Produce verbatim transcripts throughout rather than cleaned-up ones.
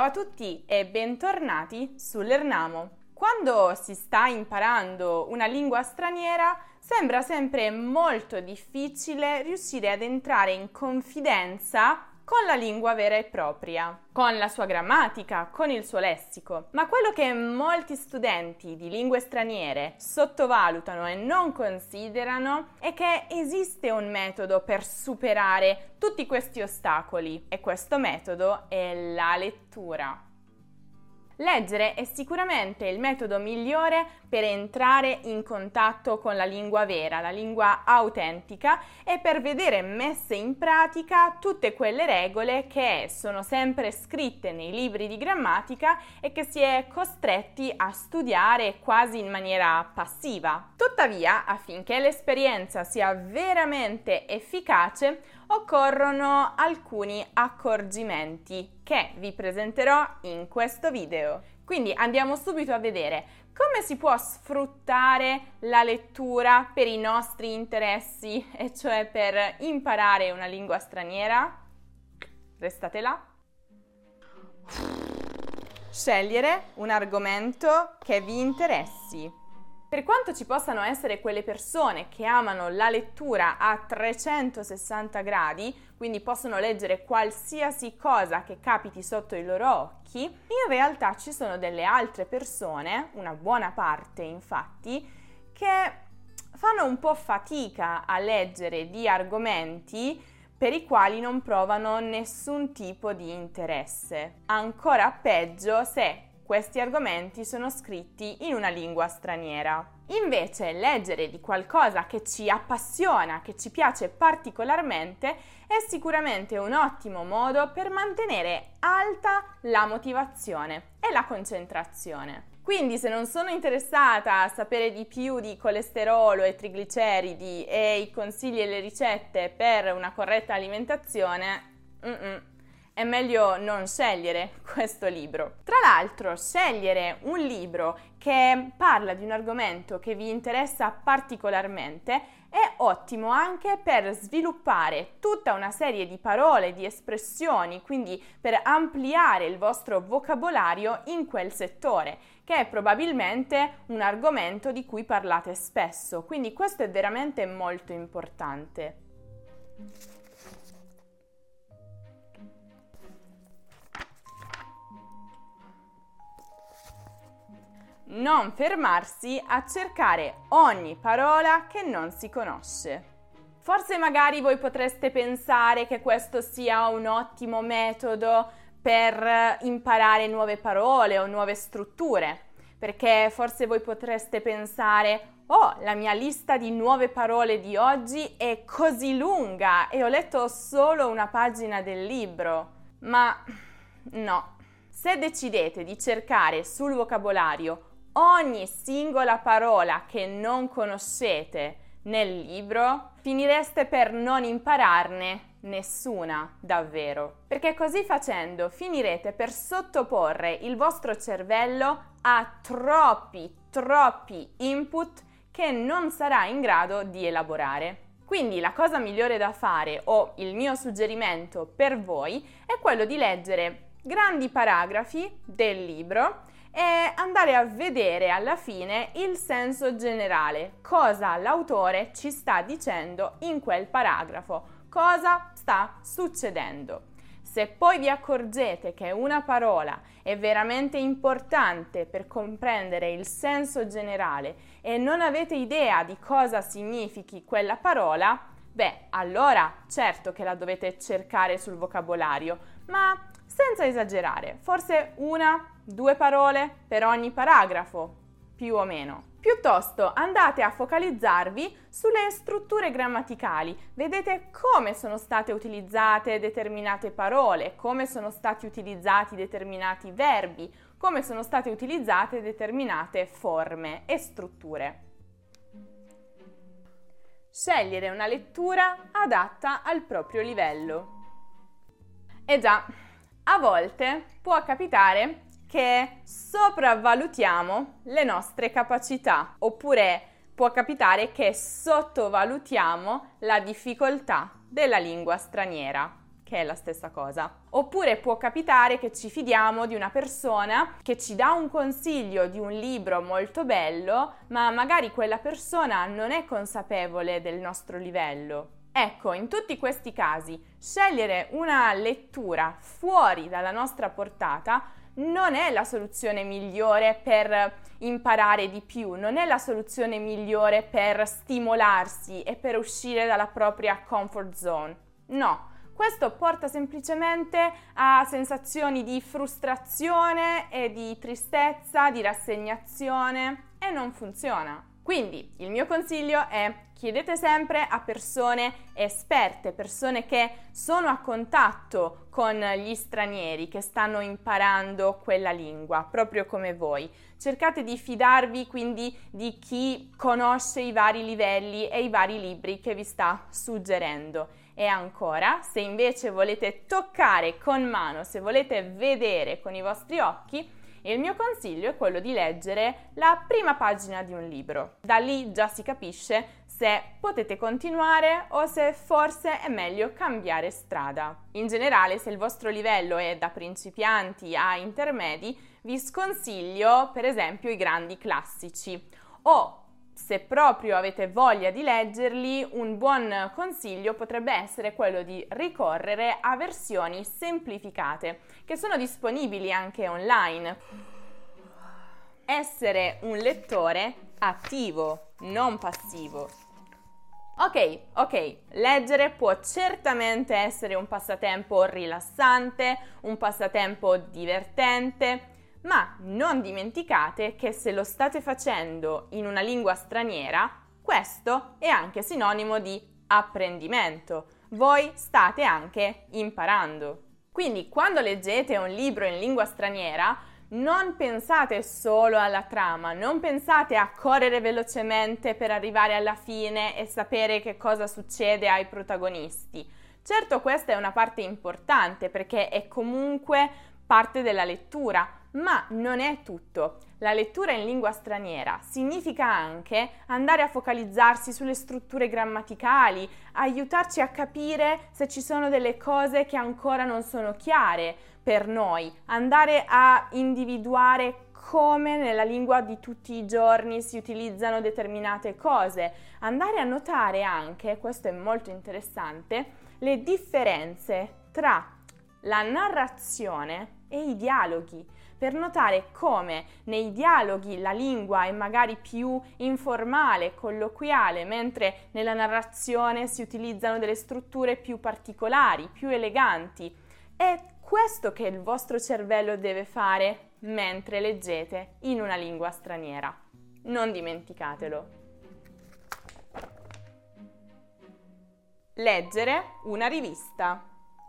Ciao a tutti e bentornati su Lernamo. Quando si sta imparando una lingua straniera, sembra sempre molto difficile riuscire ad entrare in confidenza con la lingua vera e propria, con la sua grammatica, con il suo lessico. Ma quello che molti studenti di lingue straniere sottovalutano e non considerano è che esiste un metodo per superare tutti questi ostacoli e questo metodo è la lettura. Leggere è sicuramente il metodo migliore per entrare in contatto con la lingua vera, la lingua autentica e per vedere messe in pratica tutte quelle regole che sono sempre scritte nei libri di grammatica e che si è costretti a studiare quasi in maniera passiva. Tuttavia, affinché l'esperienza sia veramente efficace, occorrono alcuni accorgimenti che vi presenterò in questo video. Quindi andiamo subito a vedere come si può sfruttare la lettura per i nostri interessi, e cioè per imparare una lingua straniera. Restate là. Scegliere un argomento che vi interessi. Per quanto ci possano essere quelle persone che amano la lettura a trecentosessanta gradi, quindi possono leggere qualsiasi cosa che capiti sotto i loro occhi, in realtà ci sono delle altre persone, una buona parte infatti, che fanno un po' fatica a leggere di argomenti per i quali non provano nessun tipo di interesse. Ancora peggio se questi argomenti sono scritti in una lingua straniera. Invece, leggere di qualcosa che ci appassiona, che ci piace particolarmente, è sicuramente un ottimo modo per mantenere alta la motivazione e la concentrazione. Quindi, se non sono interessata a sapere di più di colesterolo e trigliceridi e i consigli e le ricette per una corretta alimentazione, mm-mm. è meglio non scegliere questo libro. Tra l'altro, scegliere un libro che parla di un argomento che vi interessa particolarmente è ottimo anche per sviluppare tutta una serie di parole, di espressioni, quindi per ampliare il vostro vocabolario in quel settore, che è probabilmente un argomento di cui parlate spesso. Quindi questo è veramente molto importante. Non fermarsi a cercare ogni parola che non si conosce. Forse magari voi potreste pensare che questo sia un ottimo metodo per imparare nuove parole o nuove strutture, perché forse voi potreste pensare: oh, la mia lista di nuove parole di oggi è così lunga e ho letto solo una pagina del libro. Ma no, se decidete di cercare sul vocabolario ogni singola parola che non conoscete nel libro, finireste per non impararne nessuna davvero. Perché così facendo finirete per sottoporre il vostro cervello a troppi, troppi input che non sarà in grado di elaborare. Quindi la cosa migliore da fare, o il mio suggerimento per voi, è quello di leggere grandi paragrafi del libro e andare a vedere alla fine il senso generale, cosa l'autore ci sta dicendo in quel paragrafo, cosa sta succedendo. Se poi vi accorgete che una parola è veramente importante per comprendere il senso generale e non avete idea di cosa significhi quella parola, beh, allora certo che la dovete cercare sul vocabolario, ma senza esagerare, forse una, due parole per ogni paragrafo, più o meno. Piuttosto andate a focalizzarvi sulle strutture grammaticali, vedete come sono state utilizzate determinate parole, come sono stati utilizzati determinati verbi, come sono state utilizzate determinate forme e strutture. Scegliere una lettura adatta al proprio livello. E già, a volte può capitare che sopravvalutiamo le nostre capacità, oppure può capitare che sottovalutiamo la difficoltà della lingua straniera, che che è la stessa cosa. Oppure può capitare che ci fidiamo di una persona che ci dà un consiglio di un libro molto bello, ma magari quella persona non è consapevole del nostro livello. Ecco, in tutti questi casi, scegliere una lettura fuori dalla nostra portata non è la soluzione migliore per imparare di più, non è la soluzione migliore per stimolarsi e per uscire dalla propria comfort zone. No, questo porta semplicemente a sensazioni di frustrazione e di tristezza, di rassegnazione e non funziona. Quindi il mio consiglio è: chiedete sempre a persone esperte, persone che sono a contatto con gli stranieri, che stanno imparando quella lingua, proprio come voi. Cercate di fidarvi quindi di chi conosce i vari livelli e i vari libri che vi sta suggerendo. E ancora, se invece volete toccare con mano, se volete vedere con i vostri occhi, il mio consiglio è quello di leggere la prima pagina di un libro. Da lì già si capisce se potete continuare o se forse è meglio cambiare strada. In generale, se il vostro livello è da principianti a intermedi, vi sconsiglio per esempio i grandi classici, o se proprio avete voglia di leggerli, un buon consiglio potrebbe essere quello di ricorrere a versioni semplificate, che sono disponibili anche online. Essere un lettore attivo, non passivo. Ok, ok, leggere può certamente essere un passatempo rilassante, un passatempo divertente, ma non dimenticate che se lo state facendo in una lingua straniera, questo è anche sinonimo di apprendimento. Voi state anche imparando. Quindi quando leggete un libro in lingua straniera, non pensate solo alla trama, non pensate a correre velocemente per arrivare alla fine e sapere che cosa succede ai protagonisti. Certo, questa è una parte importante perché è comunque parte della lettura, ma non è tutto. La lettura in lingua straniera significa anche andare a focalizzarsi sulle strutture grammaticali, aiutarci a capire se ci sono delle cose che ancora non sono chiare per noi, andare a individuare come nella lingua di tutti i giorni si utilizzano determinate cose, andare a notare anche, questo è molto interessante, le differenze tra la narrazione e i dialoghi, per notare come nei dialoghi la lingua è magari più informale, colloquiale, mentre nella narrazione si utilizzano delle strutture più particolari, più eleganti. È questo che il vostro cervello deve fare mentre leggete in una lingua straniera. Non dimenticatelo. Leggere una rivista.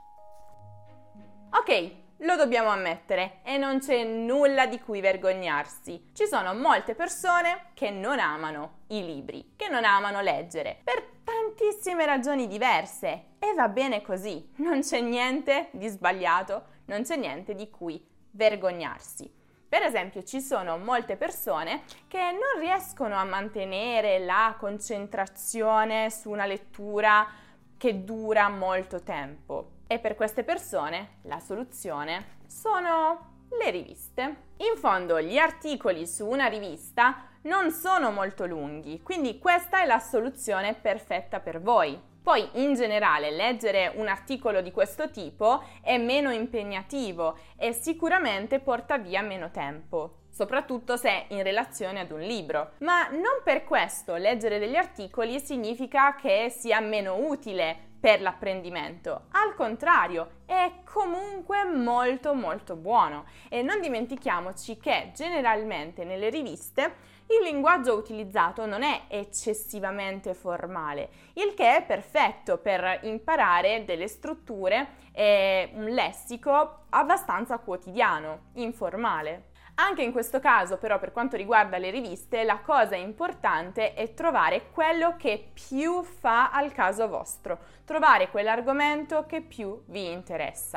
Ok, lo dobbiamo ammettere e non c'è nulla di cui vergognarsi. Ci sono molte persone che non amano i libri, che non amano leggere, per tantissime ragioni diverse e va bene così. Non c'è niente di sbagliato, non c'è niente di cui vergognarsi. Per esempio, ci sono molte persone che non riescono a mantenere la concentrazione su una lettura che dura molto tempo. E per queste persone la soluzione sono le riviste. In fondo gli articoli su una rivista non sono molto lunghi, quindi questa è la soluzione perfetta per voi. Poi in generale leggere un articolo di questo tipo è meno impegnativo e sicuramente porta via meno tempo, soprattutto se in relazione ad un libro. Ma non per questo leggere degli articoli significa che sia meno utile per l'apprendimento. Al contrario, è comunque molto molto buono. E non dimentichiamoci che generalmente nelle riviste il linguaggio utilizzato non è eccessivamente formale, il che è perfetto per imparare delle strutture e un lessico abbastanza quotidiano, informale. Anche in questo caso, però, per quanto riguarda le riviste, la cosa importante è trovare quello che più fa al caso vostro, trovare quell'argomento che più vi interessa.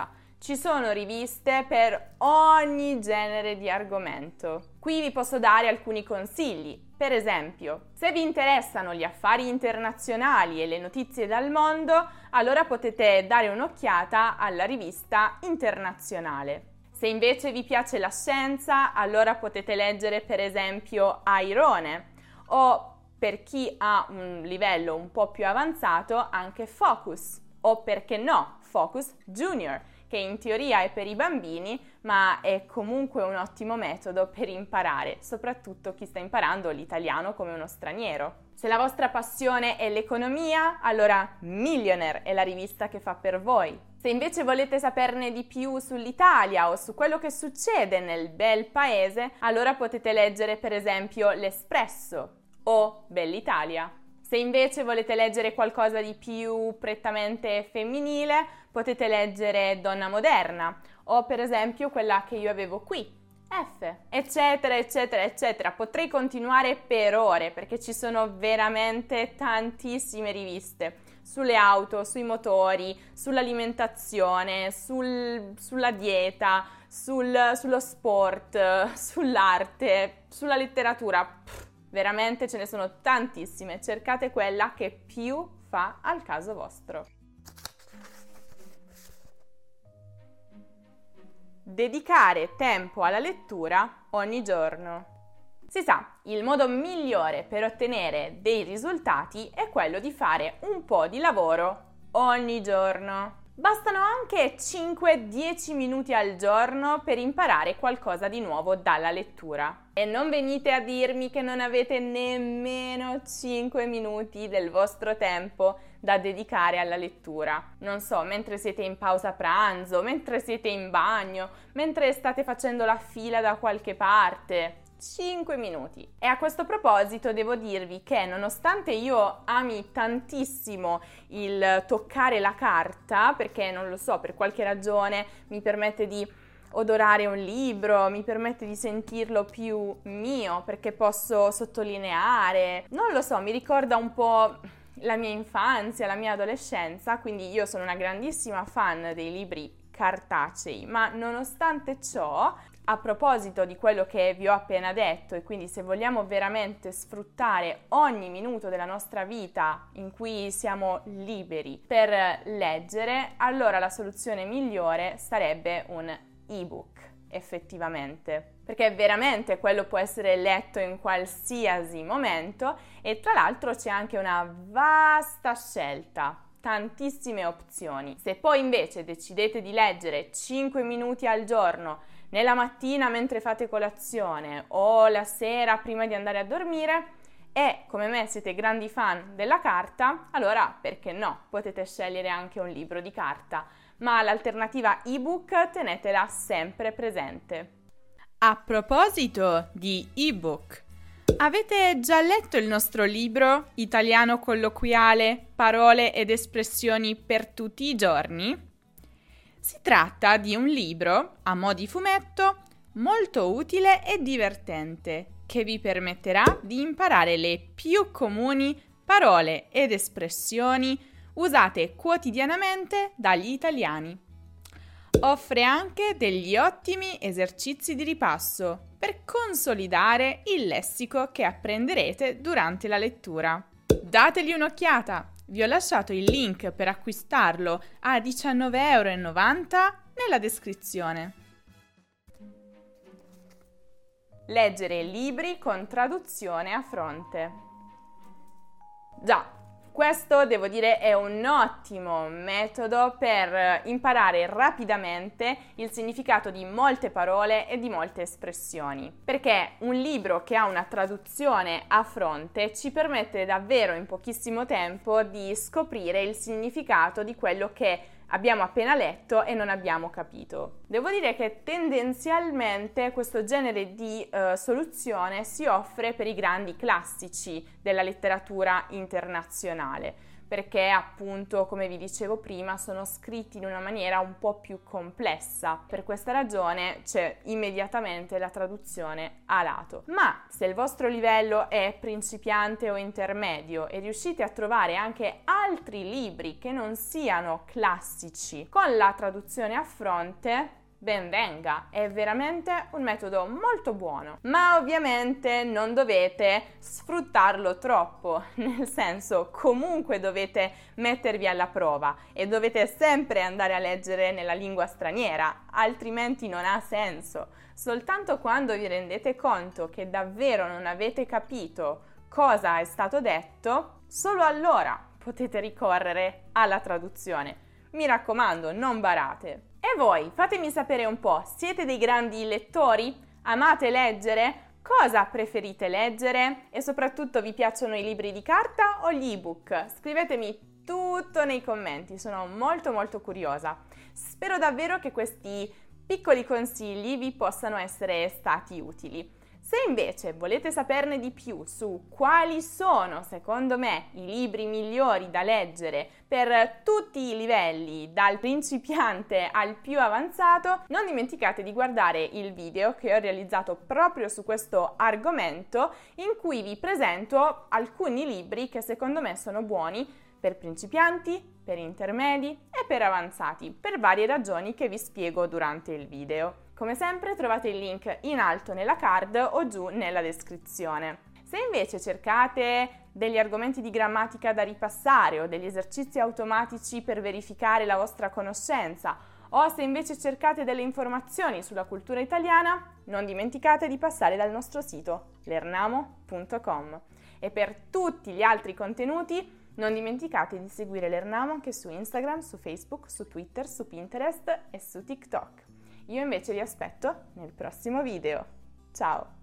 Ci sono riviste per ogni genere di argomento. Qui vi posso dare alcuni consigli. Per esempio, se vi interessano gli affari internazionali e le notizie dal mondo, allora potete dare un'occhiata alla rivista Internazionale. Se invece vi piace la scienza, allora potete leggere per esempio Airone, o per chi ha un livello un po' più avanzato anche Focus, o perché no, Focus Junior, che in teoria è per i bambini, ma è comunque un ottimo metodo per imparare, soprattutto chi sta imparando l'italiano come uno straniero. Se la vostra passione è l'economia, allora Millionaire è la rivista che fa per voi. Se invece volete saperne di più sull'Italia o su quello che succede nel bel paese, allora potete leggere per esempio L'Espresso o Bell'Italia. Se invece volete leggere qualcosa di più prettamente femminile, potete leggere Donna Moderna o per esempio quella che io avevo qui, F, eccetera, eccetera, eccetera. Potrei continuare per ore perché ci sono veramente tantissime riviste sulle auto, sui motori, sull'alimentazione, sul, sulla dieta, sul, sullo sport, sull'arte, sulla letteratura. Pff, veramente ce ne sono tantissime. Cercate quella che più fa al caso vostro. Dedicare tempo alla lettura ogni giorno. Si sa, il modo migliore per ottenere dei risultati è quello di fare un po' di lavoro ogni giorno. Bastano anche cinque dieci minuti al giorno per imparare qualcosa di nuovo dalla lettura. E non venite a dirmi che non avete nemmeno cinque minuti del vostro tempo da dedicare alla lettura. Non so, mentre siete in pausa pranzo, mentre siete in bagno, mentre state facendo la fila da qualche parte. cinque minuti. E a questo proposito devo dirvi che nonostante io ami tantissimo il toccare la carta, perché non lo so, per qualche ragione mi permette di odorare un libro, mi permette di sentirlo più mio, perché posso sottolineare, non lo so, mi ricorda un po' la mia infanzia, la mia adolescenza, quindi io sono una grandissima fan dei libri cartacei, ma nonostante ciò, a proposito di quello che vi ho appena detto, e quindi se vogliamo veramente sfruttare ogni minuto della nostra vita in cui siamo liberi per leggere, allora la soluzione migliore sarebbe un ebook, effettivamente, perché veramente quello può essere letto in qualsiasi momento e tra l'altro c'è anche una vasta scelta, tantissime opzioni. Se poi invece decidete di leggere cinque minuti al giorno nella mattina mentre fate colazione o la sera prima di andare a dormire e come me siete grandi fan della carta, allora perché no, potete scegliere anche un libro di carta, ma l'alternativa ebook tenetela sempre presente. A proposito di ebook, avete già letto il nostro libro Italiano colloquiale, parole ed espressioni per tutti i giorni? Si tratta di un libro, a mo' di fumetto, molto utile e divertente, che vi permetterà di imparare le più comuni parole ed espressioni usate quotidianamente dagli italiani. Offre anche degli ottimi esercizi di ripasso per consolidare il lessico che apprenderete durante la lettura. Dategli un'occhiata! Vi ho lasciato il link per acquistarlo a diciannove e novanta euro nella descrizione. Leggere libri con traduzione a fronte. Già, questo devo dire è un ottimo metodo per imparare rapidamente il significato di molte parole e di molte espressioni, perché un libro che ha una traduzione a fronte ci permette davvero in pochissimo tempo di scoprire il significato di quello che abbiamo appena letto e non abbiamo capito. Devo dire che tendenzialmente questo genere di uh, soluzione si offre per i grandi classici della letteratura internazionale, perché appunto, come vi dicevo prima, sono scritti in una maniera un po' più complessa. Per questa ragione c'è immediatamente la traduzione a lato. Ma se il vostro livello è principiante o intermedio e riuscite a trovare anche altri libri che non siano classici con la traduzione a fronte, ben venga, è veramente un metodo molto buono, ma ovviamente non dovete sfruttarlo troppo, nel senso comunque dovete mettervi alla prova e dovete sempre andare a leggere nella lingua straniera, altrimenti non ha senso. Soltanto quando vi rendete conto che davvero non avete capito cosa è stato detto, solo allora potete ricorrere alla traduzione. Mi raccomando, non barate. E voi, fatemi sapere un po', siete dei grandi lettori? Amate leggere? Cosa preferite leggere? E soprattutto vi piacciono i libri di carta o gli ebook? Scrivetemi tutto nei commenti, sono molto molto curiosa. Spero davvero che questi piccoli consigli vi possano essere stati utili. Se invece volete saperne di più su quali sono, secondo me, i libri migliori da leggere per tutti i livelli, dal principiante al più avanzato, non dimenticate di guardare il video che ho realizzato proprio su questo argomento, in cui vi presento alcuni libri che secondo me sono buoni per principianti, per intermedi e per avanzati, per varie ragioni che vi spiego durante il video. Come sempre trovate il link in alto nella card o giù nella descrizione. Se invece cercate degli argomenti di grammatica da ripassare o degli esercizi automatici per verificare la vostra conoscenza, o se invece cercate delle informazioni sulla cultura italiana, non dimenticate di passare dal nostro sito lernamo punto com. E per tutti gli altri contenuti non dimenticate di seguire Lernamo anche su Instagram, su Facebook, su Twitter, su Pinterest e su TikTok. Io invece vi aspetto nel prossimo video. Ciao!